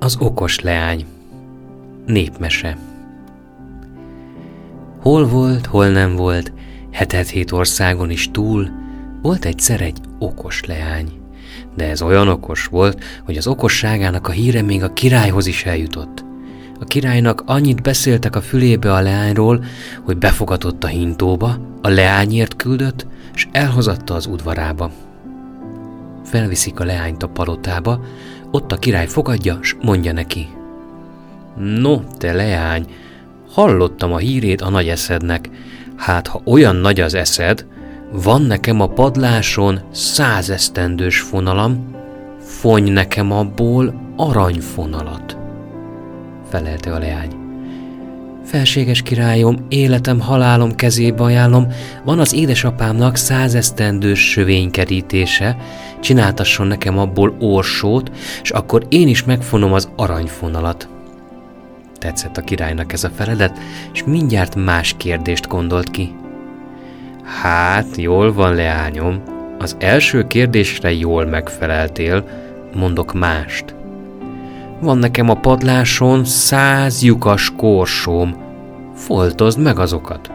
Az okos leány. Népmese. Hol volt, hol nem volt, 7 országon is túl, volt egyszer egy okos leány. De ez olyan okos volt, hogy az okosságának a híre még a királyhoz is eljutott. A királynak annyit beszéltek a fülébe a leányról, hogy befogadott a hintóba, a leányért küldött, és elhozatta az udvarába. Felviszik a leányt a palotába, ott a király fogadja, s mondja neki: No, te leány, hallottam a hírét a nagy eszednek, hát ha olyan nagy az eszed, van nekem a padláson 100 esztendős fonalam, fonj nekem abból aranyfonalat. Felelte a leány. Felséges királyom, életem, halálom kezébe ajánlom, van az édesapámnak 100 esztendős sövénykerítése, csináltasson nekem abból orsót, és akkor én is megfonom az aranyfonalat. Tetszett a királynak ez a felelet, és mindjárt más kérdést gondolt ki. Hát, jól van, leányom, az első kérdésre jól megfeleltél, mondok mást. Van nekem a padláson 100 lyukas korsóm, foltozd meg azokat.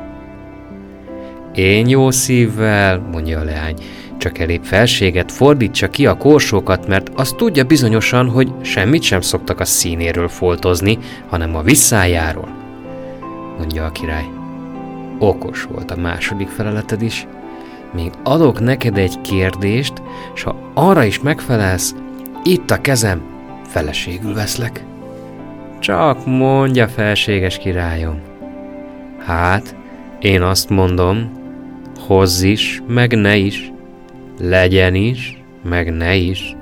Én jó szívvel, mondja a leány, csak elég felséget fordítsa ki a korsókat, mert azt tudja bizonyosan, hogy semmit sem szoktak a színéről foltozni, hanem a visszájáról, mondja a király. Okos volt a második feleleted is. Még adok neked egy kérdést, s ha arra is megfelelsz, itt a kezem, feleségül veszlek. Csak mondja, felséges királyom. Hát, én azt mondom, hozz is, meg ne is, legyen is, meg ne is.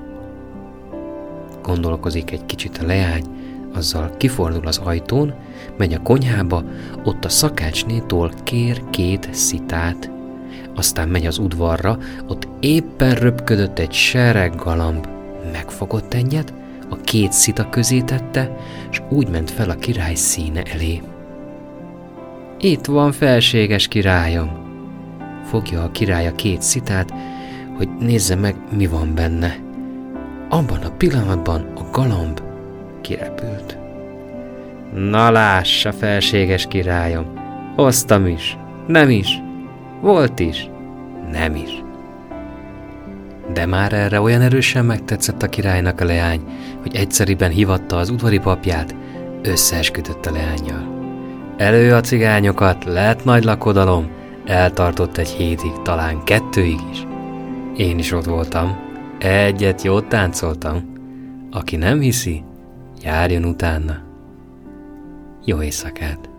Gondolkozik egy kicsit a leány, azzal kifordul az ajtón, megy a konyhába, ott a szakácsnétól kér 2 szitát. Aztán megy az udvarra, ott éppen röpködött egy sereg galamb. Megfogott egyet, a 2 szita közé tette, és úgy ment fel a király színe elé. Itt van, felséges királyom! Fogja a király a 2 szitát, hogy nézze meg, mi van benne. Abban a pillanatban a galamb kirepült. Na lássa, felséges királyom, hoztam is, nem is, volt is, nem is. De már erre olyan erősen megtetszett a királynak a leány, hogy egyszeriben hívatta az udvari papját, összeesküdött a leánnyal. Elő a cigányokat, lett nagy lakodalom, eltartott 1 hétig, talán 2-ig is. Én is ott voltam, egyet jót táncoltam. Aki nem hiszi, járjon utána. Jó éjszakát!